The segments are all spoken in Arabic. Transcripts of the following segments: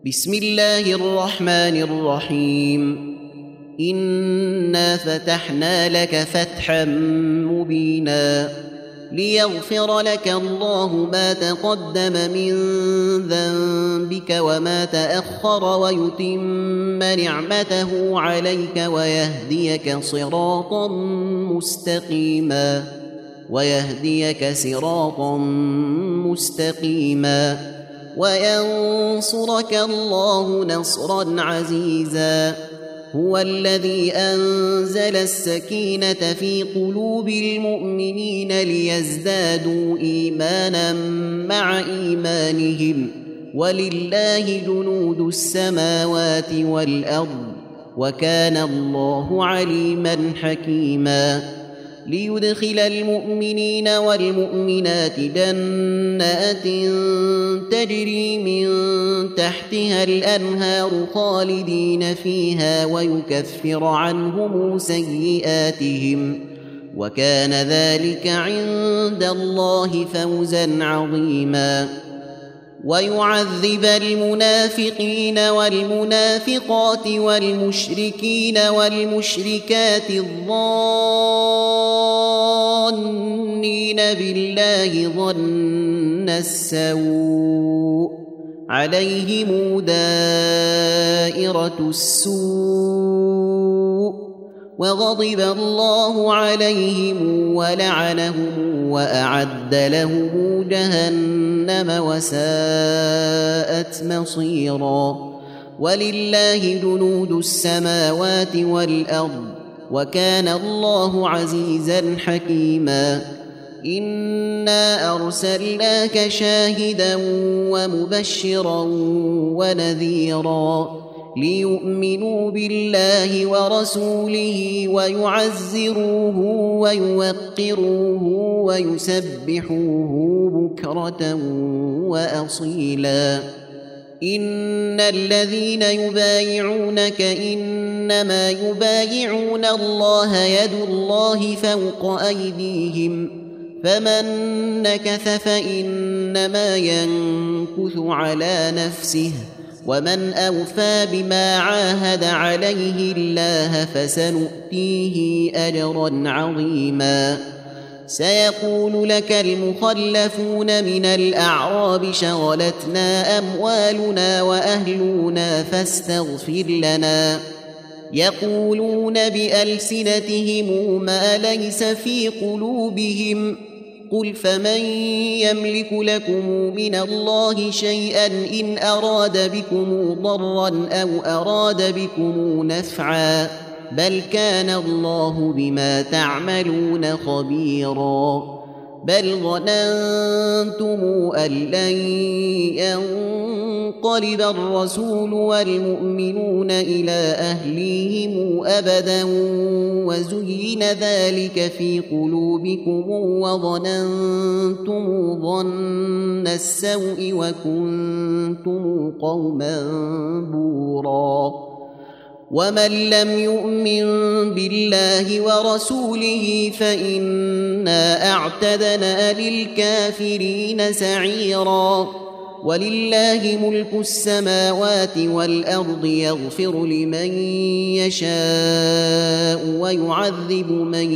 بسم الله الرحمن الرحيم. إنا فتحنا لك فتحا مبينا ليغفر لك الله ما تقدم من ذنبك وما تأخر ويتم نعمته عليك ويهديك صراطا مستقيما وينصرك الله نصرا عزيزا. هو الذي أنزل السكينة في قلوب المؤمنين ليزدادوا إيمانا مع إيمانهم ولله جنود السماوات والأرض وكان الله عليما حكيما. ليدخل المؤمنين والمؤمنات جنات تجري من تحتها الأنهار خالدين فيها ويكفر عنهم سيئاتهم وكان ذلك عند الله فوزا عظيما. ويعذب المنافقين والمنافقات والمشركين والمشركات الظانين بالله ظن السوء عليهم دائرة السوء وغضب الله عليهم ولعنهم وأعد لهم جهنم وساءت مصيرا. ولله جنود السماوات والأرض وكان الله عزيزا حكيما. إنا أرسلناك شاهدا ومبشرا ونذيرا ليؤمنوا بالله ورسوله ويعزروه ويوقروه ويسبحوه بكرة وأصيلا. إن الذين يبايعونك إنما يبايعون الله يد الله فوق أيديهم فمن نكث فإنما ينكث على نفسه ومن أوفى بما عاهد عليه الله فسنؤتيه أجرا عظيما. سيقول لك المخلفون من الأعراب شغلتنا أموالنا وأهلنا فاستغفر لنا. يقولون بألسنتهم ما ليس في قلوبهم قل فمن يملك لكم من الله شيئا إن أراد بكم ضرا أو أراد بكم نفعا بل كان الله بما تعملون خبيرا. بل ظننتم أن لن ينقلب الرسول والمؤمنون إلى أهليهم أبدا وزين ذلك في قلوبكم وظننتم ظن السوء وكنتم قوما بورا. ومن لم يؤمن بالله ورسوله فإنا أعتدنا للكافرين سعيرا. ولله ملك السماوات والأرض يغفر لمن يشاء ويعذب من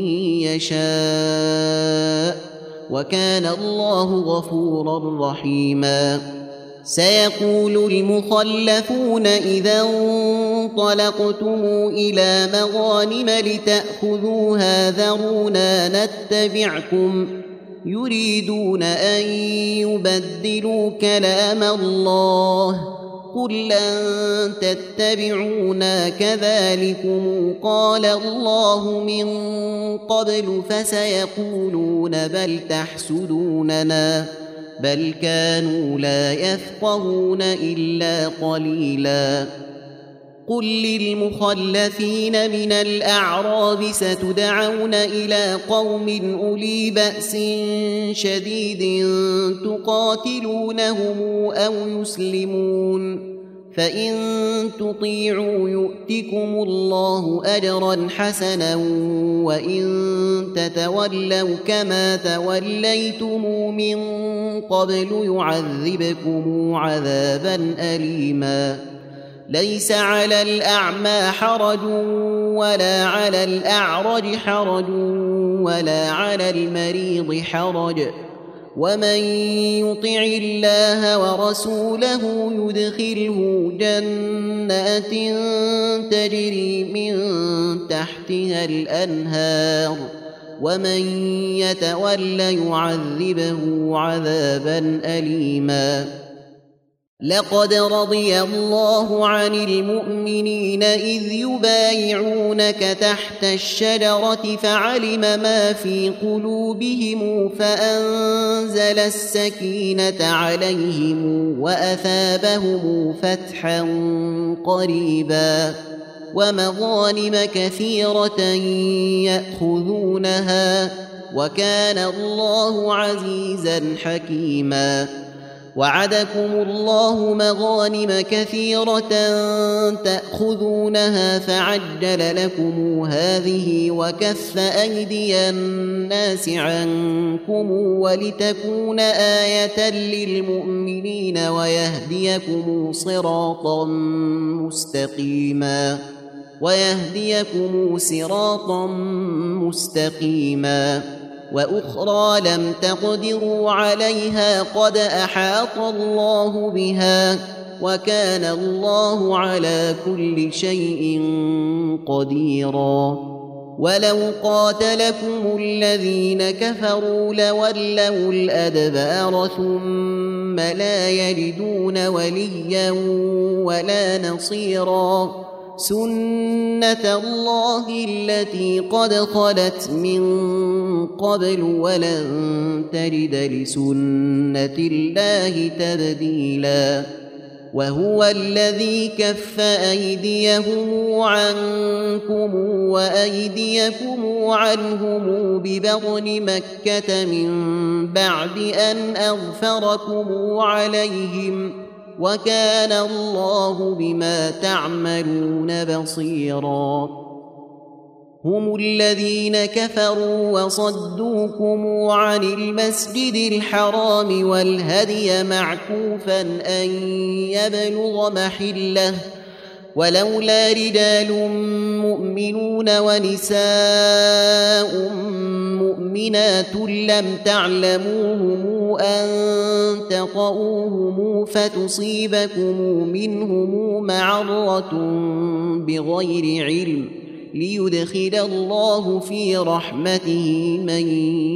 يشاء وكان الله غفورا رحيما. سيقول المخلفون إذا انطلقتم إلى مغانم لتأخذوها ذرونا نتبعكم يريدون أن يبدلوا كلام الله قل لن تتبعونا كذلكم قال الله من قبل فسيقولون بل تحسدوننا بل كانوا لا يفقهون إلا قليلا. قل للمخلفين من الأعراب ستدعون إلى قوم أولي بأس شديد تقاتلونهم أو يسلمون فإن تطيعوا يؤتكم الله أجرا حسنا وإن تتولوا كما توليتم من قبل يعذبكم عذابا أليما ليس على الأعمى حرج ولا على الأعرج حرج ولا على المريض حرج ومن يطع الله ورسوله يدخله جنات تجري من تحتها الأنهار ومن يتول يعذبه عذابا أليما لقد رضي الله عن المؤمنين إذ يبايعونك تحت الشجرة فعلم ما في قلوبهم فأنزل السكينة عليهم وأثابهم فتحا قريبا ومغانم كثيرة يأخذونها وكان الله عزيزا حكيما وعدكم الله مغانم كثيرة تأخذونها فعجل لكم هذه وكف أيدي الناس عنكم ولتكون آية للمؤمنين ويهديكم صراطا مستقيما وأخرى لم تقدروا عليها قد أحاط الله بها وكان الله على كل شيء قديرا ولو قاتلكم الذين كفروا لولوا الأدبار ثم لا يجدون وليا ولا نصيرا سنة الله التي قد خلت من قبل ولن تجد لسنة الله تبديلا وهو الذي كف أيديهم عنكم وأيديكم عنهم ببطن مكة من بعد أن أغفركم عليهم وكان الله بما تعملون بصيرا هم الذين كفروا وصدوكم عن المسجد الحرام والهدي معكوفا أن يبلغ محله ولولا رجال مؤمنون ونساء مؤمنات لم تعلموهم أن تطؤوهم فتصيبكم منهم معرة بغير علم ليدخل الله في رحمته من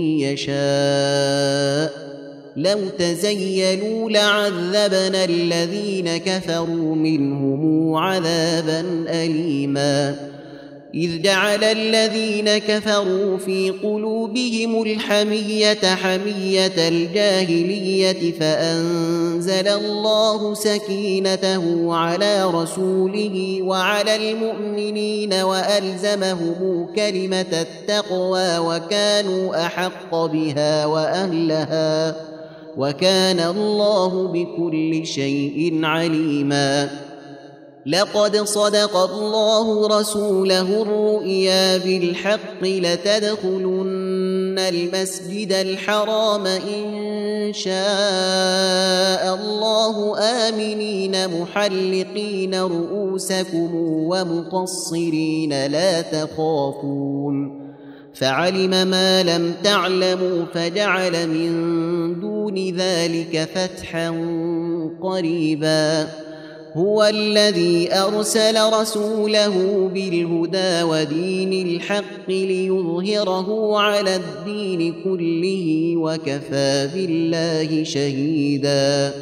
يشاء لو تزيلوا لعذبنا الذين كفروا منهم عذابا أليما إذ جعل الذين كفروا في قلوبهم الحمية حمية الجاهلية فأنزل الله سكينته على رسوله وعلى المؤمنين وألزمهم كلمة التقوى وكانوا أحق بها وأهلها وكان الله بكل شيء عليما لقد صدق الله رسوله الرؤيا بالحق لتدخلن المسجد الحرام إن شاء الله آمنين محلقين رؤوسكم ومقصرين لا تخافون فعلم ما لم تعلموا فجعل من دون ذلك فتحا قريبا هو الذي أرسل رسوله بالهدى ودين الحق ليظهره على الدين كله وكفى بالله شهيدا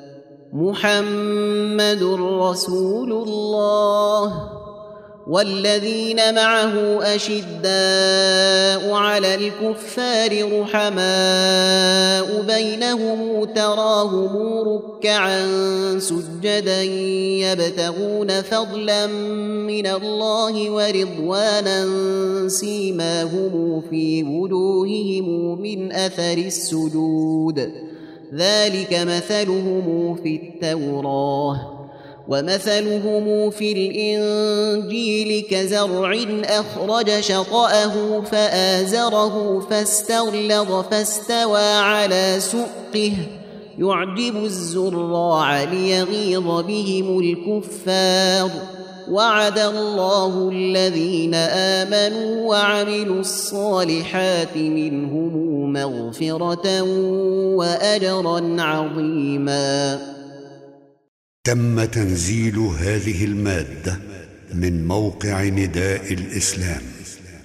محمد رسول الله والذين معه أشداء على الكفار رحماء بينهم تراهم ركعا سجدا يبتغون فضلا من الله ورضوانا سيماهم في وجوههم من أثر السجود ذلك مثلهم في التوراة ومثلهم في الإنجيل كزرع أخرج شطأه فآزره فاستغلظ فاستوى على سوقه يعجب الزراع ليغيظ بهم الكفار وعد الله الذين آمنوا وعملوا الصالحات منهم مغفرة وأجرا عظيما. تم تنزيل هذه المادة من موقع نداء الإسلام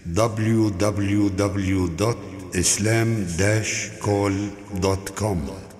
www.islam-call.com